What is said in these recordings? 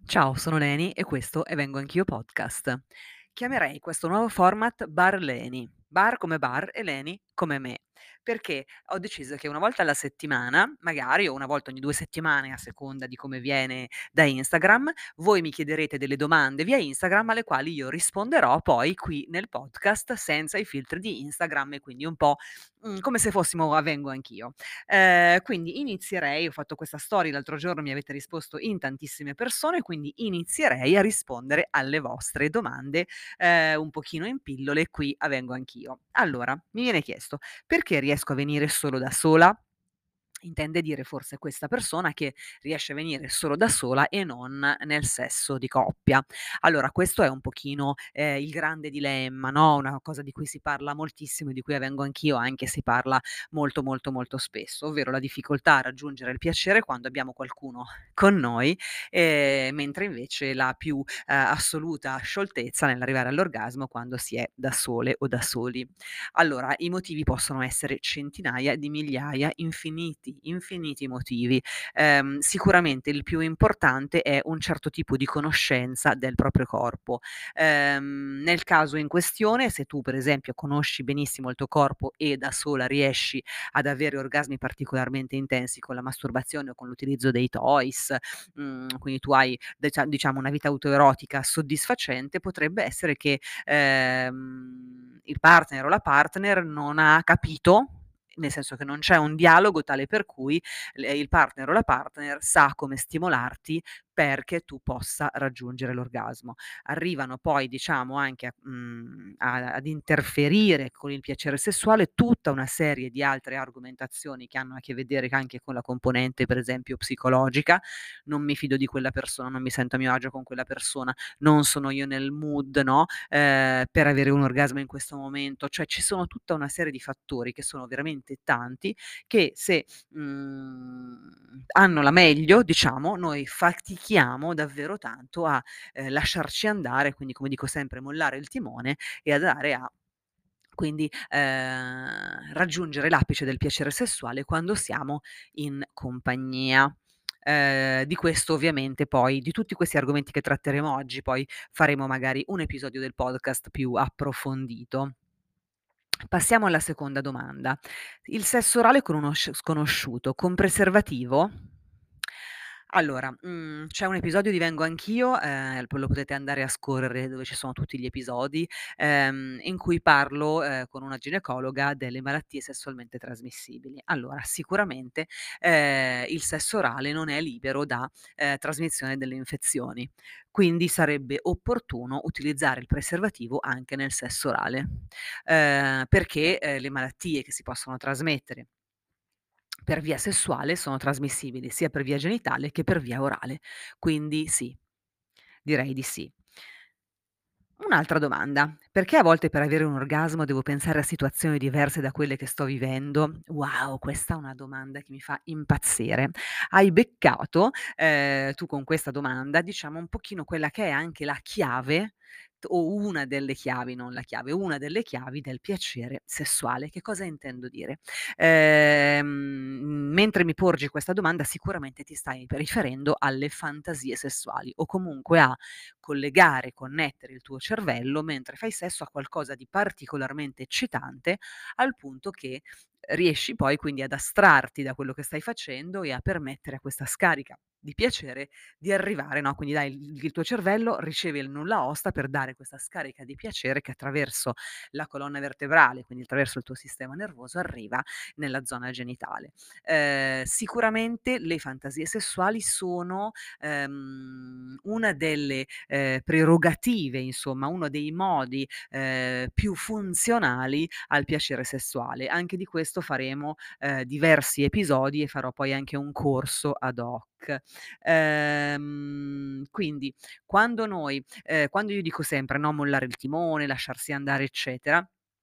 Ciao, sono Leni e questo è Vengo Anch'io podcast. Chiamerei questo nuovo format Bar Leni. Bar come bar e Leni come me. Perché ho deciso che una volta alla settimana, magari o una volta ogni 2 settimane, a seconda di come viene da Instagram, voi mi chiederete delle domande via Instagram alle quali io risponderò poi qui nel podcast senza i filtri di Instagram e quindi un po', come se fossimo a Vengo Anch'io. Quindi inizierei ho fatto questa story l'altro giorno, mi avete risposto in tantissime persone, quindi inizierei a rispondere alle vostre domande, un pochino in pillole qui a Vengo Anch'io. Allora, mi viene chiesto: perché riesco a venire solo da sola? Intende dire forse questa persona che riesce a venire solo da sola e non nel sesso di coppia. Allora questo è un pochino, il grande dilemma, no, una cosa di cui si parla moltissimo e di cui avvengo anch'io, anche si parla molto, molto, molto spesso, ovvero la difficoltà a raggiungere il piacere quando abbiamo qualcuno con noi, mentre invece la più, assoluta scioltezza nell'arrivare all'orgasmo quando si è da sole o da soli. Allora, i motivi possono essere centinaia di migliaia, infiniti, infiniti motivi. Sicuramente il più importante è un certo tipo di conoscenza del proprio corpo. Nel caso in questione, se tu per esempio conosci benissimo il tuo corpo e da sola riesci ad avere orgasmi particolarmente intensi con la masturbazione o con l'utilizzo dei toys, quindi tu hai diciamo una vita autoerotica soddisfacente, potrebbe essere che il partner o la partner non ha capito, nel senso che non c'è un dialogo tale per cui il partner o la partner sa come stimolarti perché tu possa raggiungere l'orgasmo. Arrivano poi diciamo anche ad interferire con il piacere sessuale tutta una serie di altre argomentazioni che hanno a che vedere anche con la componente per esempio psicologica: non mi fido di quella persona, non mi sento a mio agio con quella persona, non sono io nel mood, no, per avere un orgasmo in questo momento. Cioè ci sono tutta una serie di fattori che sono veramente tanti, che se, hanno la meglio, diciamo, noi fatichiamo davvero tanto a, lasciarci andare, quindi come dico sempre mollare il timone e andare a quindi, raggiungere l'apice del piacere sessuale quando siamo in compagnia. Di questo ovviamente poi di tutti questi argomenti che tratteremo oggi, poi faremo magari un episodio del podcast più approfondito. Passiamo alla seconda domanda. Il sesso orale con uno sconosciuto, con preservativo? Allora, c'è un episodio di Vengo Anch'io, lo potete andare a scorrere dove ci sono tutti gli episodi, in cui parlo, con una ginecologa delle malattie sessualmente trasmissibili. Allora, sicuramente, il sesso orale non è libero da, trasmissione delle infezioni, quindi sarebbe opportuno utilizzare il preservativo anche nel sesso orale, perché, le malattie che si possono trasmettere per via sessuale sono trasmissibili sia per via genitale che per via orale. Quindi sì, direi di sì. Un'altra domanda: perché a volte per avere un orgasmo devo pensare a situazioni diverse da quelle che sto vivendo? Wow, questa è una domanda che mi fa impazzire. Hai beccato, tu con questa domanda, diciamo un pochino quella che è anche la chiave o una delle chiavi, non la chiave, una delle chiavi del piacere sessuale. Che cosa intendo dire? Mentre mi porgi questa domanda sicuramente ti stai riferendo alle fantasie sessuali o comunque a collegare, connettere il tuo cervello mentre fai sesso a qualcosa di particolarmente eccitante, al punto che riesci poi quindi ad astrarti da quello che stai facendo e a permettere a questa scarica di piacere di arrivare, no, quindi dai il tuo cervello riceve il nulla osta per dare questa scarica di piacere che attraverso la colonna vertebrale, quindi attraverso il tuo sistema nervoso, arriva nella zona genitale. Sicuramente le fantasie sessuali sono, una delle, prerogative, insomma, uno dei modi, più funzionali al piacere sessuale. Anche di questo faremo, diversi episodi e farò poi anche un corso ad hoc. Quindi quando io dico sempre, no, mollare il timone, lasciarsi andare, eccetera,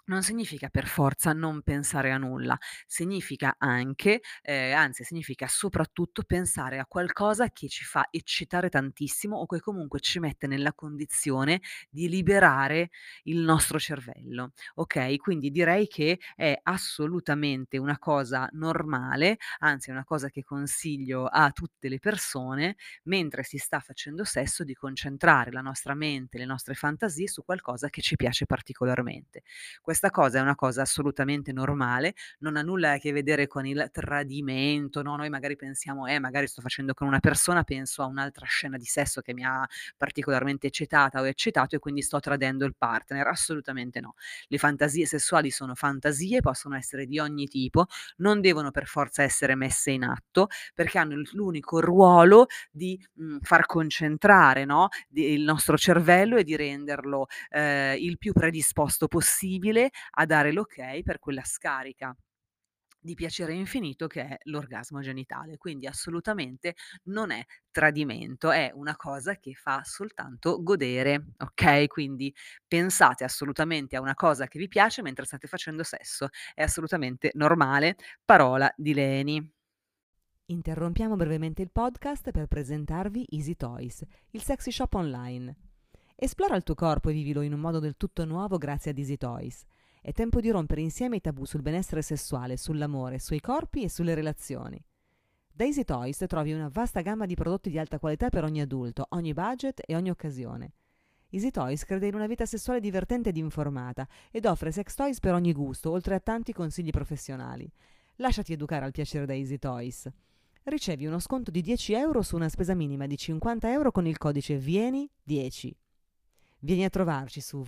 Non significa per forza non pensare a nulla, significa anche anzi significa soprattutto pensare a qualcosa che ci fa eccitare tantissimo o che comunque ci mette nella condizione di liberare il nostro cervello, okay? Quindi direi che è assolutamente una cosa normale, anzi è una cosa che consiglio a tutte le persone, mentre si sta facendo sesso, di concentrare la nostra mente, le nostre fantasie su qualcosa che ci piace particolarmente. Questa cosa è una cosa assolutamente normale, non ha nulla a che vedere con il tradimento, no, noi magari pensiamo: magari sto facendo con una persona, penso a un'altra scena di sesso che mi ha particolarmente eccitata o eccitato e quindi sto tradendo il partner." Assolutamente no. Le fantasie sessuali sono fantasie, possono essere di ogni tipo, non devono per forza essere messe in atto, perché hanno l'unico ruolo di, far concentrare, no, il nostro cervello e di renderlo il più predisposto possibile a dare l'ok per quella scarica di piacere infinito che è l'orgasmo genitale. Quindi assolutamente non è tradimento, è una cosa che fa soltanto godere, okay? Quindi pensate assolutamente a una cosa che vi piace mentre state facendo sesso. È assolutamente normale. Parola di Leni. Interrompiamo brevemente il podcast per presentarvi Easy Toys, il sexy shop online. Esplora il tuo corpo e vivilo in un modo del tutto nuovo grazie ad Easy Toys. È tempo di rompere insieme i tabù sul benessere sessuale, sull'amore, sui corpi e sulle relazioni. Da Easy Toys trovi una vasta gamma di prodotti di alta qualità per ogni adulto, ogni budget e ogni occasione. Easy Toys crede in una vita sessuale divertente ed informata ed offre sex toys per ogni gusto, oltre a tanti consigli professionali. Lasciati educare al piacere da Easy Toys. Ricevi uno sconto di 10 euro su una spesa minima di 50 euro con il codice VIENI10. Vieni a trovarci su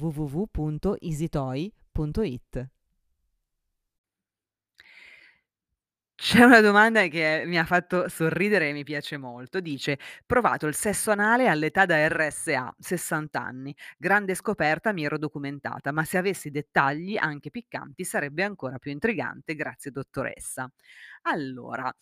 www.easytoy.it. C'è una domanda che mi ha fatto sorridere e mi piace molto. Dice: "Provato il sesso anale all'età da RSA, 60 anni. Grande scoperta, mi ero documentata, ma se avessi dettagli anche piccanti sarebbe ancora più intrigante. Grazie dottoressa." Allora,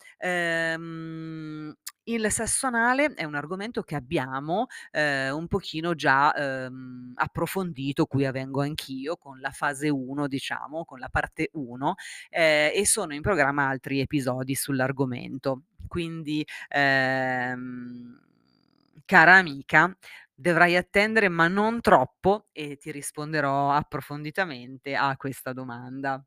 il sesso anale è un argomento che abbiamo, un pochino già, approfondito, cui avvengo anch'io, con la fase 1 diciamo, con la parte 1, e sono in programma altri episodi sull'argomento. Quindi, cara amica, dovrai attendere, ma non troppo, e ti risponderò approfonditamente a questa domanda.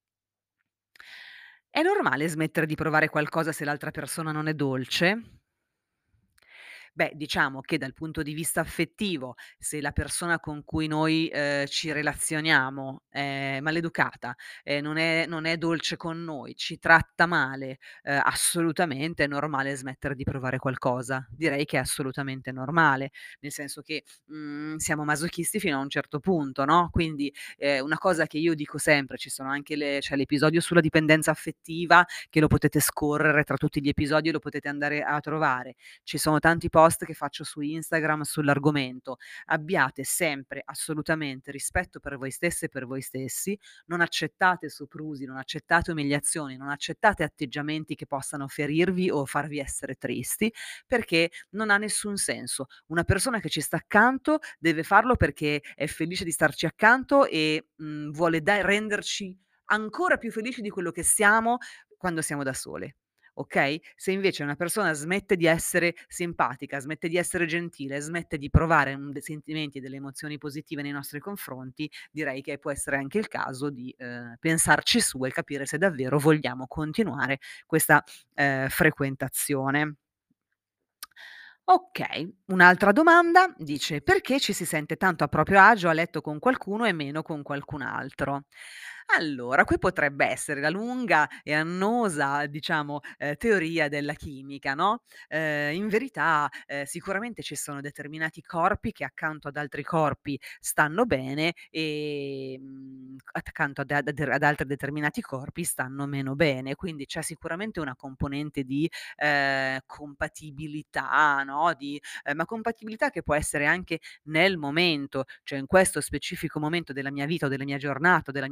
È normale smettere di provare qualcosa se l'altra persona non è dolce? Beh, diciamo che dal punto di vista affettivo, se la persona con cui noi, ci relazioniamo è maleducata, non è dolce con noi, ci tratta male, assolutamente è normale smettere di provare qualcosa. Direi che è assolutamente normale, nel senso che, siamo masochisti fino a un certo punto, no, quindi, una cosa che io dico sempre, ci sono anche c'è l'episodio sulla dipendenza affettiva che lo potete scorrere tra tutti gli episodi e lo potete andare a trovare. Ci sono tanti post che faccio su Instagram sull'argomento. Abbiate sempre assolutamente rispetto per voi stesse e per voi stessi, non accettate soprusi, non accettate umiliazioni, non accettate atteggiamenti che possano ferirvi o farvi essere tristi, perché non ha nessun senso. Una persona che ci sta accanto deve farlo perché è felice di starci accanto e, vuole renderci ancora più felici di quello che siamo quando siamo da sole. Okay? Se invece una persona smette di essere simpatica, smette di essere gentile, smette di provare dei sentimenti e delle emozioni positive nei nostri confronti, direi che può essere anche il caso di, pensarci su e capire se davvero vogliamo continuare questa, frequentazione. Okay, un'altra domanda dice: "Perché ci si sente tanto a proprio agio a letto con qualcuno e meno con qualcun altro?" Allora, qui potrebbe essere la lunga e annosa, diciamo, teoria della chimica, no, in verità, sicuramente ci sono determinati corpi che accanto ad altri corpi stanno bene, accanto ad altri determinati corpi stanno meno bene, quindi c'è sicuramente una componente di compatibilità, no, ma compatibilità che può essere anche nel momento, cioè in questo specifico momento della mia vita o della mia giornata o della mia settimana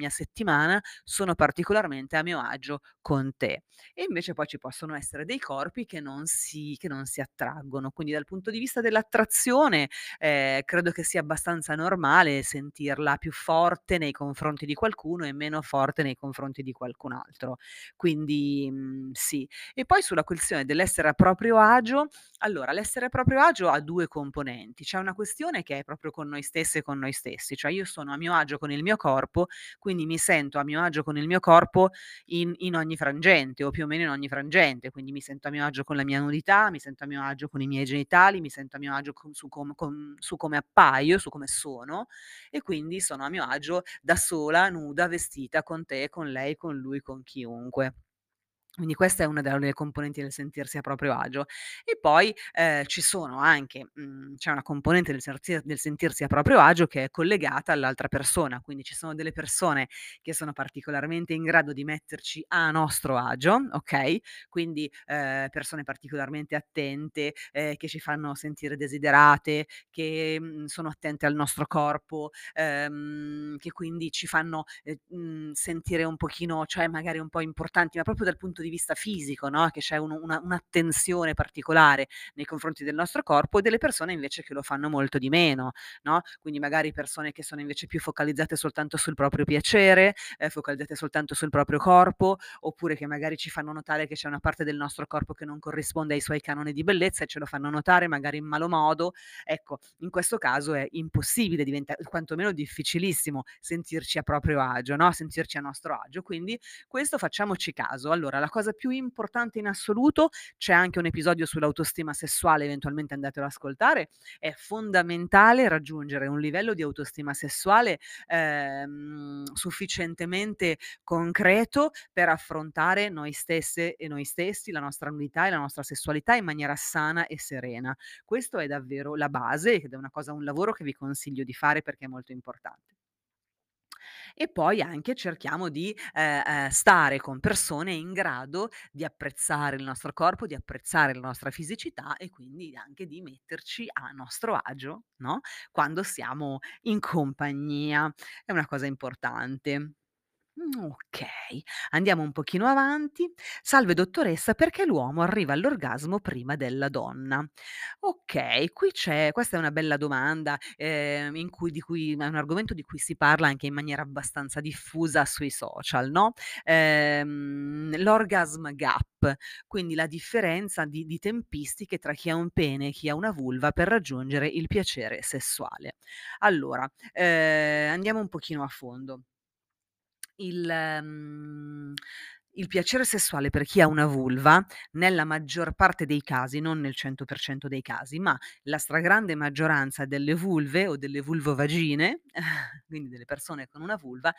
settimana sono particolarmente a mio agio con te. E invece poi ci possono essere dei corpi che non si attraggono. Quindi dal punto di vista dell'attrazione, credo che sia abbastanza normale sentirla più forte nei confronti di qualcuno e meno forte nei confronti di qualcun altro. Quindi, sì. E poi sulla questione dell'essere a proprio agio, allora l'essere a proprio agio ha 2 componenti. C'è una questione che è proprio con noi stesse e con noi stessi, cioè io sono a mio agio con il mio corpo, quindi mi sento a mio agio con il mio corpo in ogni frangente o più o meno in ogni frangente, quindi mi sento a mio agio con la mia nudità, mi sento a mio agio con i miei genitali, mi sento a mio agio su come appaio, su come sono e quindi sono a mio agio da sola, nuda, vestita, con te, con lei, con lui, con chiunque. Quindi questa è una delle componenti del sentirsi a proprio agio. E poi, ci sono anche c'è una componente del sentirsi a proprio agio che è collegata all'altra persona, quindi ci sono delle persone che sono particolarmente in grado di metterci a nostro agio, okay, quindi, persone particolarmente attente, che ci fanno sentire desiderate, che, sono attente al nostro corpo, che quindi ci fanno, sentire un pochino, cioè magari un po' importanti, ma proprio dal punto di vista fisico, no, che c'è un'attenzione particolare nei confronti del nostro corpo, e delle persone invece che lo fanno molto di meno, no, quindi magari persone che sono invece più focalizzate soltanto sul proprio piacere, focalizzate soltanto sul proprio corpo, oppure che magari ci fanno notare che c'è una parte del nostro corpo che non corrisponde ai suoi canoni di bellezza e ce lo fanno notare magari in malo modo. Ecco, in questo caso è impossibile, diventa quantomeno difficilissimo sentirci a proprio agio, no, sentirci a nostro agio. Quindi questo facciamoci caso. Allora, la cosa più importante in assoluto, c'è anche un episodio sull'autostima sessuale, eventualmente andatelo ad ascoltare, è fondamentale raggiungere un livello di autostima sessuale, sufficientemente concreto per affrontare noi stesse e noi stessi, la nostra nudità e la nostra sessualità in maniera sana e serena. Questo è davvero la base ed è un lavoro che vi consiglio di fare perché è molto importante. E poi anche cerchiamo di, stare con persone in grado di apprezzare il nostro corpo, di apprezzare la nostra fisicità e quindi anche di metterci a nostro agio, no, quando siamo in compagnia. È una cosa importante. Okay, andiamo un pochino avanti. Salve dottoressa, perché l'uomo arriva all'orgasmo prima della donna? Okay, questa è una bella domanda, di cui è un argomento di cui si parla anche in maniera abbastanza diffusa sui social, no, l'orgasm gap, quindi la differenza di tempistiche tra chi ha un pene e chi ha una vulva per raggiungere il piacere sessuale. Allora, andiamo un pochino a fondo. Il mhmm, il piacere sessuale per chi ha una vulva, nella maggior parte dei casi, non nel 100% dei casi, ma la stragrande maggioranza delle vulve o delle vulvovagine, quindi delle persone con una vulva,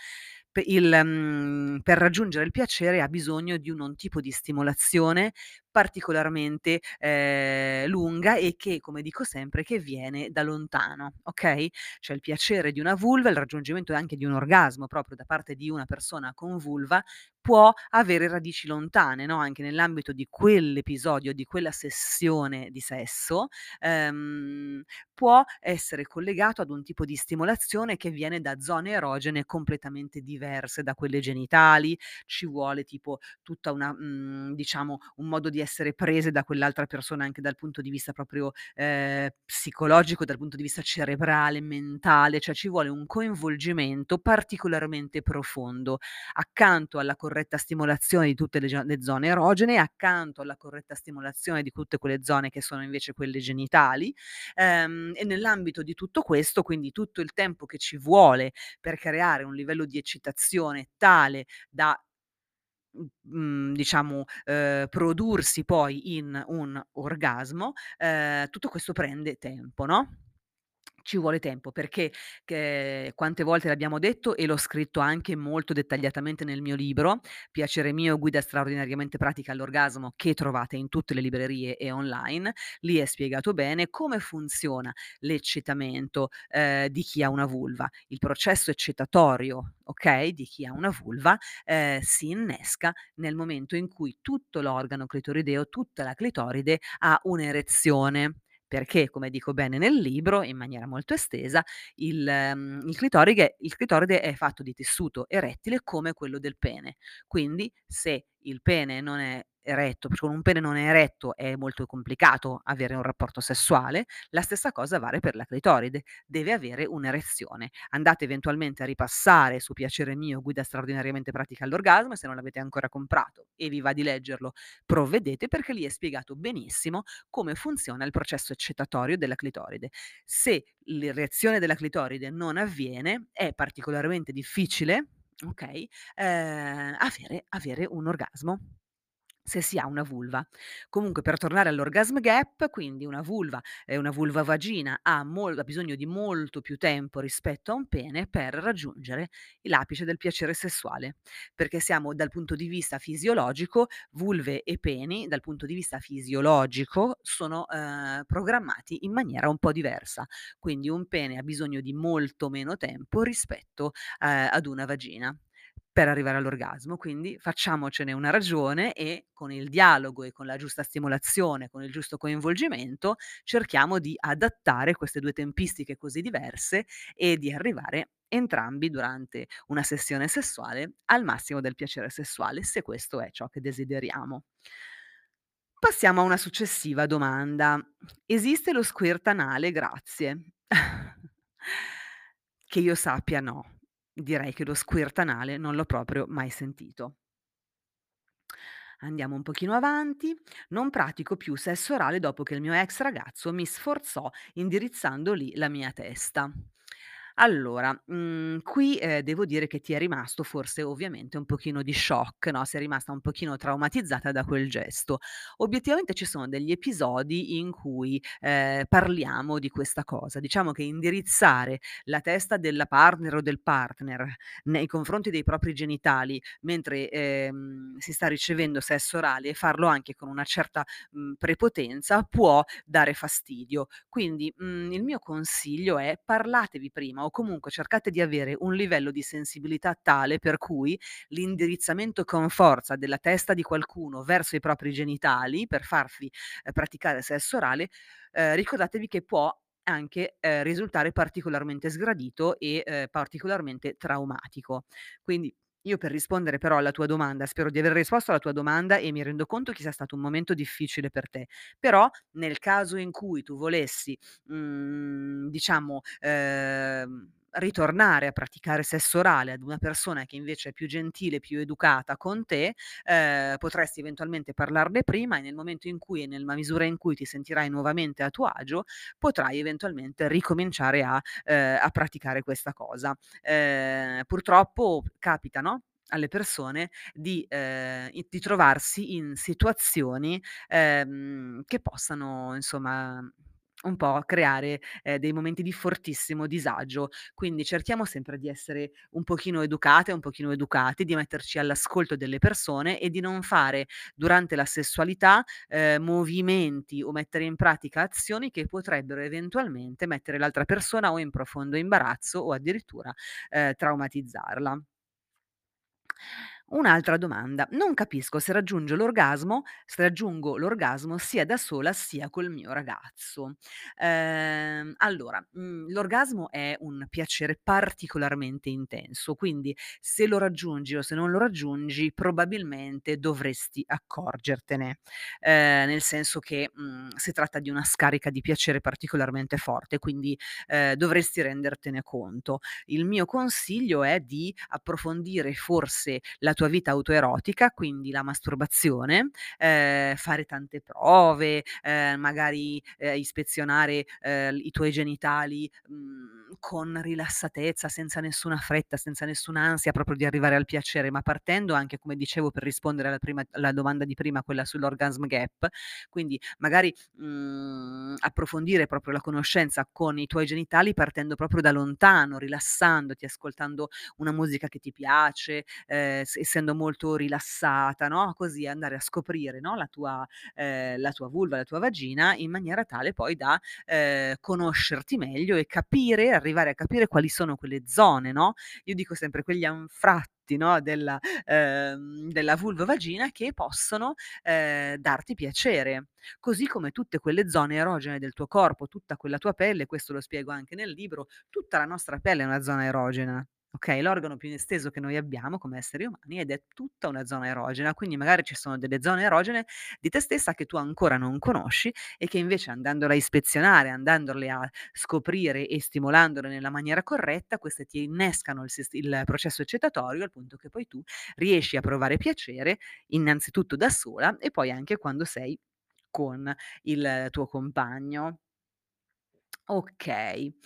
per raggiungere il piacere ha bisogno di un tipo di stimolazione particolarmente, lunga e che, come dico sempre, che viene da lontano, okay? Cioè il piacere di una vulva, il raggiungimento anche di un orgasmo proprio da parte di una persona con vulva, può avere radici lontane, no, anche nell'ambito di quell'episodio, di quella sessione di sesso, ehm, può essere collegato ad un tipo di stimolazione che viene da zone erogene completamente diverse da quelle genitali. Ci vuole tipo tutta diciamo un modo di essere prese da quell'altra persona anche dal punto di vista proprio, psicologico, dal punto di vista cerebrale, mentale, cioè ci vuole un coinvolgimento particolarmente profondo, accanto alla corretta stimolazione di tutte le zone erogene, accanto alla corretta stimolazione di tutte quelle zone che sono invece quelle genitali, e nell'ambito di tutto questo, quindi tutto il tempo che ci vuole per creare un livello di eccitazione tale da diciamo, prodursi poi in un orgasmo, tutto questo prende tempo, no? Ci vuole tempo perché che quante volte l'abbiamo detto e l'ho scritto anche molto dettagliatamente nel mio libro, Piacere mio, guida straordinariamente pratica all'orgasmo, che trovate in tutte le librerie e online. Lì è spiegato bene come funziona l'eccitamento, di chi ha una vulva. Il processo eccitatorio, okay, di chi ha una vulva, si innesca nel momento in cui tutto l'organo clitorideo, tutta la clitoride ha un'erezione. perché, come dico bene nel libro, in maniera molto estesa, il clitoride è fatto di tessuto erettile come quello del pene. Quindi se il pene non è eretto, perché con un pene non è eretto è molto complicato avere un rapporto sessuale, la stessa cosa vale per la clitoride, deve avere un'erezione. Andate eventualmente a ripassare su Piacere mio, guida straordinariamente pratica all'orgasmo, e se non l'avete ancora comprato e vi va di leggerlo, provvedete, perché lì è spiegato benissimo come funziona il processo eccitatorio della clitoride. Se l'erezione della clitoride non avviene, è particolarmente difficile, okay, avere un orgasmo, se si ha una vulva. Comunque, per tornare all'orgasm gap, quindi una vulva vagina ha bisogno di molto più tempo rispetto a un pene per raggiungere l'apice del piacere sessuale, perché siamo, dal punto di vista fisiologico, vulve e peni, dal punto di vista fisiologico, sono, programmati in maniera un po' diversa. Quindi un pene ha bisogno di molto meno tempo rispetto, ad una vagina per arrivare all'orgasmo. Quindi facciamocene una ragione e, con il dialogo e con la giusta stimolazione, con il giusto coinvolgimento, cerchiamo di adattare queste 2 tempistiche così diverse e di arrivare entrambi, durante una sessione sessuale, al massimo del piacere sessuale, se questo è ciò che desideriamo. Passiamo a una successiva domanda. Esiste lo squirt anale? Grazie. Che io sappia no. Direi che lo squirt anale non l'ho proprio mai sentito. Andiamo un pochino avanti. Non pratico più sesso orale dopo che il mio ex ragazzo mi sforzò indirizzando lì la mia testa. Allora, qui, devo dire che ti è rimasto forse, ovviamente, un pochino di shock, no, sei rimasta un pochino traumatizzata da quel gesto. Obiettivamente ci sono degli episodi in cui, parliamo di questa cosa. Diciamo che indirizzare la testa della partner o del partner nei confronti dei propri genitali mentre, si sta ricevendo sesso orale, e farlo anche con una certa, prepotenza, può dare fastidio. Quindi, il mio consiglio è: parlatevi prima, o comunque cercate di avere un livello di sensibilità tale per cui l'indirizzamento con forza della testa di qualcuno verso i propri genitali per farvi, praticare sesso orale, ricordatevi che può anche, risultare particolarmente sgradito e, particolarmente traumatico. Quindi, io, per rispondere però alla tua domanda, spero di aver risposto alla tua domanda, e mi rendo conto che sia stato un momento difficile per te. Però, nel caso in cui tu volessi, diciamo, ritornare a praticare sesso orale ad una persona che invece è più gentile, più educata con te, potresti eventualmente parlarne prima, e nel momento in cui, e nella misura in cui ti sentirai nuovamente a tuo agio, potrai eventualmente ricominciare a praticare questa cosa. Purtroppo capita, no, alle persone di trovarsi in situazioni, che possano, insomma, un po' creare, dei momenti di fortissimo disagio. Quindi cerchiamo sempre di essere un pochino educate, un pochino educati, di metterci all'ascolto delle persone e di non fare, durante la sessualità, movimenti o mettere in pratica azioni che potrebbero eventualmente mettere l'altra persona o in profondo imbarazzo, o addirittura, traumatizzarla. Un'altra domanda: non capisco se raggiungo l'orgasmo sia da sola sia col mio ragazzo. Allora, l'orgasmo è un piacere particolarmente intenso, quindi se lo raggiungi o se non lo raggiungi, probabilmente dovresti accorgertene, nel senso che, si tratta di una scarica di piacere particolarmente forte, quindi, dovresti rendertene conto. Il mio consiglio è di approfondire forse la tua vita autoerotica, quindi la masturbazione, fare tante prove, magari, ispezionare, i tuoi genitali, con rilassatezza, senza nessuna fretta, senza nessuna ansia proprio di arrivare al piacere, ma partendo anche, come dicevo, per rispondere alla domanda di prima, quella sull'orgasm gap, quindi magari, approfondire proprio la conoscenza con i tuoi genitali partendo proprio da lontano, rilassandoti, ascoltando una musica che ti piace, e essendo molto rilassata, no, così andare a scoprire, no, la tua vulva, la tua vagina, in maniera tale poi da, conoscerti meglio e capire arrivare a capire quali sono quelle zone, no, io dico sempre quegli anfratti, no, della vulvovagina che possono, darti piacere. Così come tutte quelle zone erogene del tuo corpo, tutta quella tua pelle, questo lo spiego anche nel libro, tutta la nostra pelle è una zona erogena, okay, l'organo più esteso che noi abbiamo come esseri umani ed è tutta una zona erogena, quindi magari ci sono delle zone erogene di te stessa che tu ancora non conosci e che invece andandole a ispezionare, andandole a scoprire e stimolandole nella maniera corretta, queste ti innescano il processo eccitatorio al punto che poi tu riesci a provare piacere innanzitutto da sola e poi anche quando sei con il tuo compagno. Okay.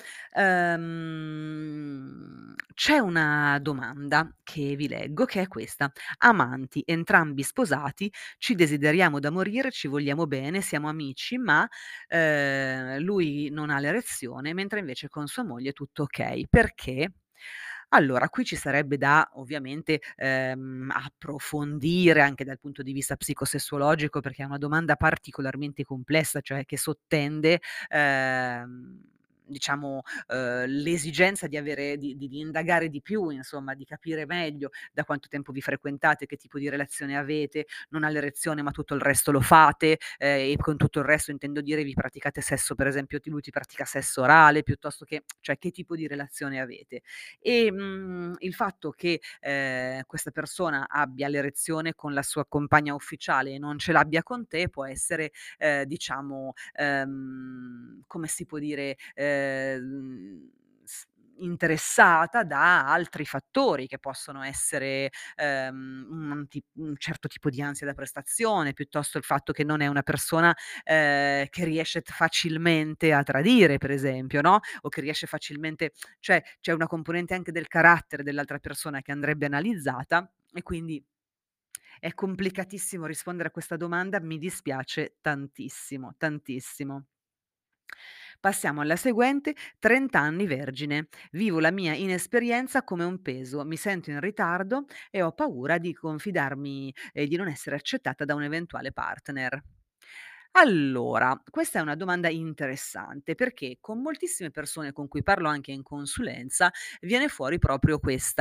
C'è una domanda che vi leggo che è questa: amanti, entrambi sposati, ci desideriamo da morire, ci vogliamo bene, siamo amici, ma, lui non ha l'erezione, mentre invece con sua moglie è tutto okay. Perché? Allora, qui ci sarebbe da ovviamente, approfondire anche dal punto di vista psicosessuologico, perché è una domanda particolarmente complessa, cioè che sottende, diciamo, l'esigenza di avere di indagare di più, insomma, di capire meglio da quanto tempo vi frequentate, che tipo di relazione avete, non ha l'erezione ma tutto il resto lo fate, e con tutto il resto intendo dire vi praticate sesso per esempio lui ti pratica sesso orale, piuttosto che cioè che tipo di relazione avete. Il fatto che, questa persona abbia l'erezione con la sua compagna ufficiale e non ce l'abbia con te può essere, diciamo, come si può dire, interessata da altri fattori che possono essere, un certo tipo di ansia da prestazione, piuttosto il fatto che non è una persona, che riesce facilmente a tradire per esempio, no, o che riesce facilmente cioè c'è una componente anche del carattere dell'altra persona che andrebbe analizzata e quindi è complicatissimo rispondere a questa domanda, mi dispiace tantissimo, tantissimo. Passiamo alla seguente: 30 anni vergine. Vivo la mia inesperienza come un peso, mi sento in ritardo e ho paura di confidarmi e di non essere accettata da un eventuale partner. Allora, questa è una domanda interessante perché con moltissime persone con cui parlo anche in consulenza viene fuori proprio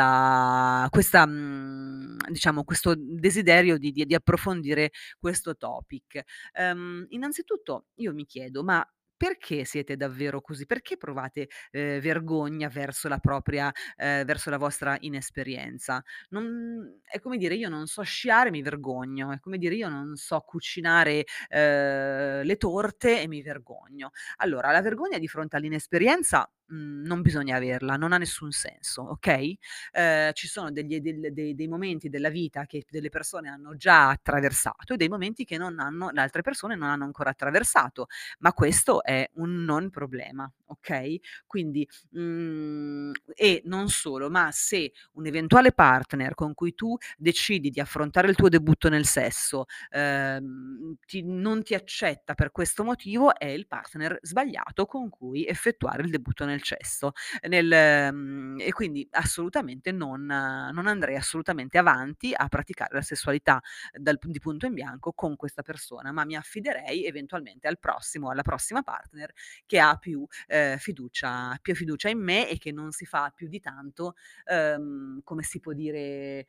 diciamo questo desiderio di approfondire questo topic. Innanzitutto io mi chiedo: ma perché siete davvero così? Perché provate, vergogna verso la vostra inesperienza? Non è come dire: "Io non so sciare, mi vergogno." È come dire: "Io non so cucinare, le torte e mi vergogno." Allora, la vergogna di fronte all'inesperienza, non bisogna averla, non ha nessun senso, okay? Ci sono dei momenti della vita che delle persone hanno già attraversato e dei momenti che non hanno le altre persone non hanno ancora attraversato, ma questo è un non problema, okay? Quindi, e non solo, ma se un eventuale partner con cui tu decidi di affrontare il tuo debutto nel sesso, non ti accetta per questo motivo, è il partner sbagliato con cui effettuare il debutto nel cesso e quindi assolutamente non andrei assolutamente avanti a praticare la sessualità di punto in bianco con questa persona, ma mi affiderei eventualmente al prossimo alla prossima partner che ha più fiducia in me e che non si fa più di tanto, come si può dire,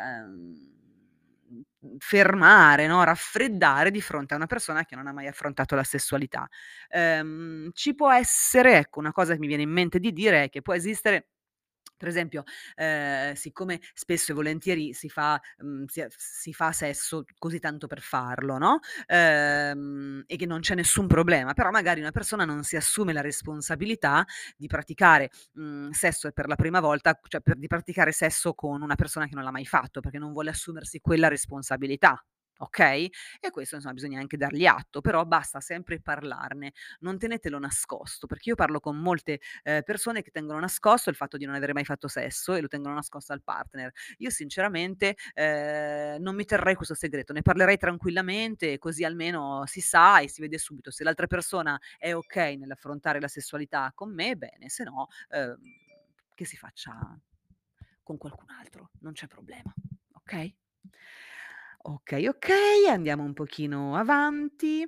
fermare, no, raffreddare di fronte a una persona che non ha mai affrontato la sessualità. Ci può essere ecco, una cosa che mi viene in mente di dire è che può esistere per esempio, siccome spesso e volentieri si fa sesso così tanto per farlo, no, e che non c'è nessun problema, però magari una persona non si assume la responsabilità di praticare, sesso per la prima volta, cioè di praticare sesso con una persona che non l'ha mai fatto, perché non vuole assumersi quella responsabilità, okay? E questo insomma bisogna anche dargli atto, però basta sempre parlarne, non tenetelo nascosto, perché io parlo con molte persone che tengono nascosto il fatto di non avere mai fatto sesso e lo tengono nascosto al partner. Io sinceramente, non mi terrei questo segreto, ne parlerei tranquillamente, così almeno si sa e si vede subito. Se l'altra persona è okay nell'affrontare la sessualità con me, bene, se no, che si faccia con qualcun altro, non c'è problema, Okay. Okay, andiamo un pochino avanti.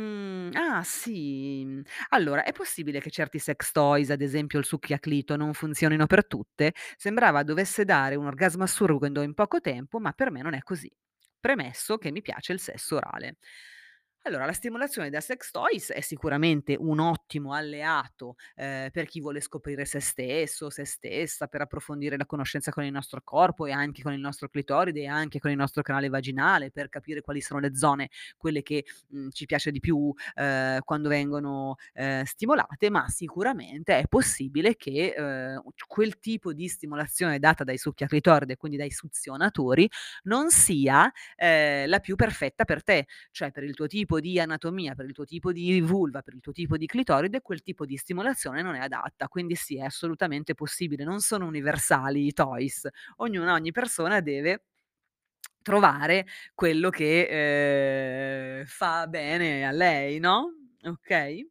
Sì, allora è possibile che certi sex toys, ad esempio il succhiaclito, non funzionino per tutte? Sembrava dovesse dare un orgasmo assurdo in poco tempo, ma per me non è così. Premesso che mi piace il sesso orale. Allora, la stimolazione da sex toys è sicuramente un ottimo alleato, per chi vuole scoprire se stesso, se stessa, per approfondire la conoscenza con il nostro corpo e anche con il nostro clitoride e anche con il nostro canale vaginale, per capire quali sono le zone, quelle che, ci piace di più, quando vengono, stimolate, ma sicuramente è possibile che, quel tipo di stimolazione data dai succhiaclitoride, quindi dai suzionatori, non sia, la più perfetta per te. Cioè per il tuo tipo di anatomia, per il tuo tipo di vulva, per il tuo tipo di clitoride, quel tipo di stimolazione non è adatta. Quindi sì, è assolutamente possibile, non sono universali i toys. Ogni persona deve trovare quello che, fa bene a lei, no, okay?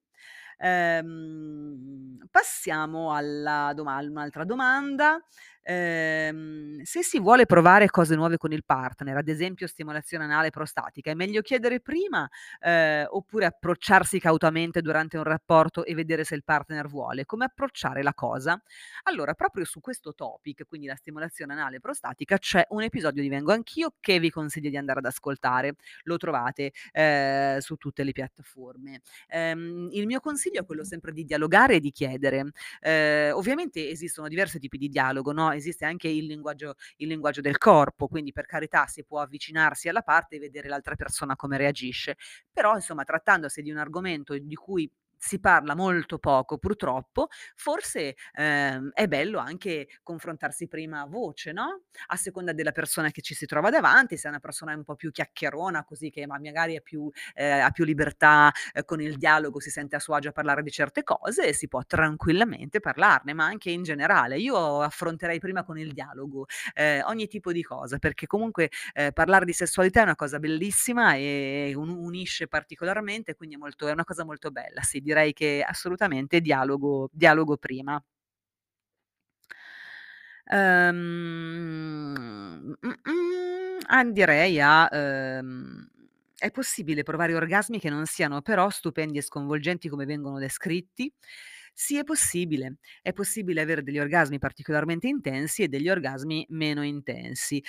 Passiamo alla un'altra domanda. Se si vuole provare cose nuove con il partner, ad esempio stimolazione anale prostatica, è meglio chiedere prima, oppure approcciarsi cautamente durante un rapporto e vedere se il partner vuole? Come approcciare la cosa? Allora, proprio su questo topic, quindi la stimolazione anale prostatica, c'è un episodio di Vengo Anch'io che vi consiglio di andare ad ascoltare. Lo trovate, su tutte le piattaforme. Il mio consiglio è quello sempre di dialogare e di chiedere. Ovviamente esistono diversi tipi di dialogo, no, esiste anche il linguaggio del corpo, quindi per carità si può avvicinarsi alla parte e vedere l'altra persona come reagisce. Però insomma, trattandosi di un argomento di cui si parla molto poco purtroppo, forse, è bello anche confrontarsi prima a voce, no, a seconda della persona che ci si trova davanti, se è una persona un po' più chiacchierona, così che ma magari è più ha più libertà, con il dialogo, si sente a suo agio a parlare di certe cose e si può tranquillamente parlarne, ma anche in generale. Io affronterei prima con il dialogo, ogni tipo di cosa, perché comunque, parlare di sessualità è una cosa bellissima e unisce particolarmente, quindi è una cosa molto bella. Sì, direi che assolutamente dialogo prima. Direi è possibile provare orgasmi che non siano però stupendi e sconvolgenti come vengono descritti? Sì, è possibile. È possibile avere degli orgasmi particolarmente intensi e degli orgasmi meno intensi.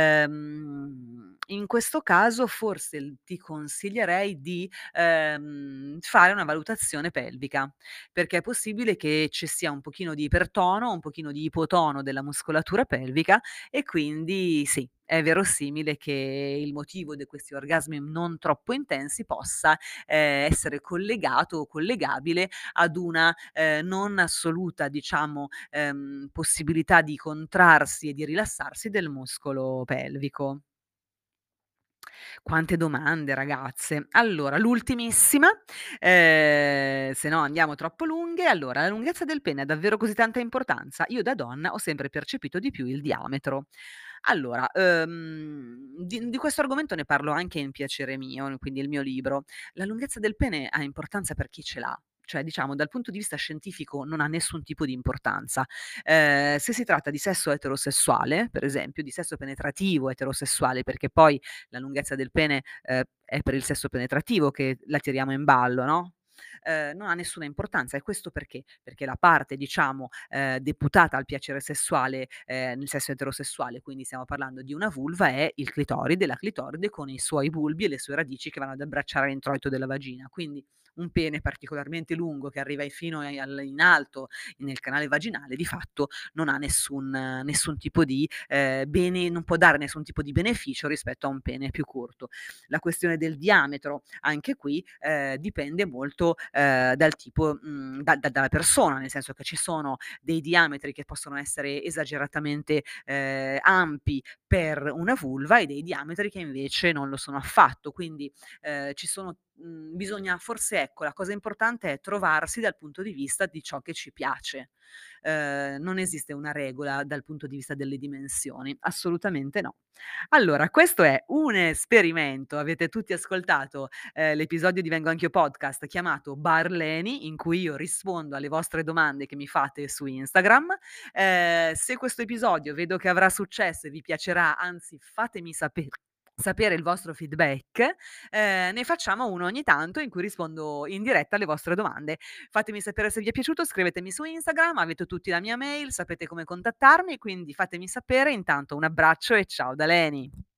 In questo caso forse ti consiglierei di, fare una valutazione pelvica, perché è possibile che ci sia un pochino di ipertono, un pochino di ipotono della muscolatura pelvica e quindi sì, è verosimile che il motivo di questi orgasmi non troppo intensi possa, essere collegato o collegabile ad una, non assoluta, diciamo, possibilità di contrarsi e di rilassarsi del muscolo pelvico. Quante domande ragazze. Allora, l'ultimissima, se no andiamo troppo lunghe. Allora, la lunghezza del pene ha davvero così tanta importanza? Io da donna ho sempre percepito di più il diametro. Allora, di questo argomento ne parlo anche in Piacere mio, quindi il mio libro. La lunghezza del pene ha importanza per chi ce l'ha, cioè diciamo dal punto di vista scientifico non ha nessun tipo di importanza. Se si tratta di sesso eterosessuale, per esempio, di sesso penetrativo eterosessuale, perché poi la lunghezza del pene, è per il sesso penetrativo che la tiriamo in ballo, no, non ha nessuna importanza. E questo perché? Perché la parte diciamo, deputata al piacere sessuale, nel sesso eterosessuale, quindi stiamo parlando di una vulva, è il clitoride, la clitoride con i suoi bulbi e le sue radici che vanno ad abbracciare l'introito della vagina. Quindi un pene particolarmente lungo che arriva fino in alto nel canale vaginale di fatto non ha nessun tipo di, bene non può dare nessun tipo di beneficio rispetto a un pene più corto. La questione del diametro, anche qui, dipende molto, dal tipo dalla persona, nel senso che ci sono dei diametri che possono essere esageratamente, ampi per una vulva e dei diametri che invece non lo sono affatto. Quindi, ci sono bisogna forse ecco, la cosa importante è trovarsi dal punto di vista di ciò che ci piace. Non esiste una regola dal punto di vista delle dimensioni, assolutamente no. Allora, questo è un esperimento, avete tutti ascoltato, l'episodio di Vengo Anch'io Podcast chiamato Bar Leni, in cui io rispondo alle vostre domande che mi fate su Instagram. Se questo episodio vedo che avrà successo e vi piacerà, anzi fatemi sapere il vostro feedback, ne facciamo uno ogni tanto in cui rispondo in diretta alle vostre domande. Fatemi sapere se vi è piaciuto, scrivetemi su Instagram, avete tutti la mia mail, sapete come contattarmi, quindi fatemi sapere. Intanto un abbraccio e ciao da Leni.